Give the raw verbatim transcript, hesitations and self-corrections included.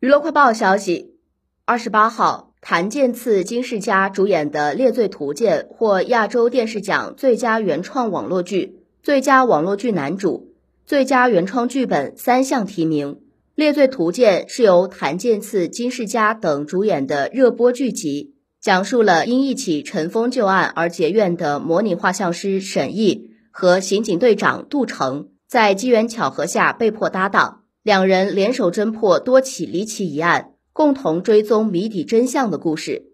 娱乐快报消息，二十八号，谭健次、金世佳主演的《猎罪图鉴》获亚洲电视奖最佳原创网络剧、最佳网络剧男主、最佳原创剧本三项提名。《猎罪图鉴》是由谭健次、金世佳等主演的热播剧集，讲述了因一起尘封旧案而结怨的模拟画像师沈毅和刑警队长杜成在机缘巧合下被迫搭档。两人联手侦破多起离奇疑案，共同追踪谜底真相的故事。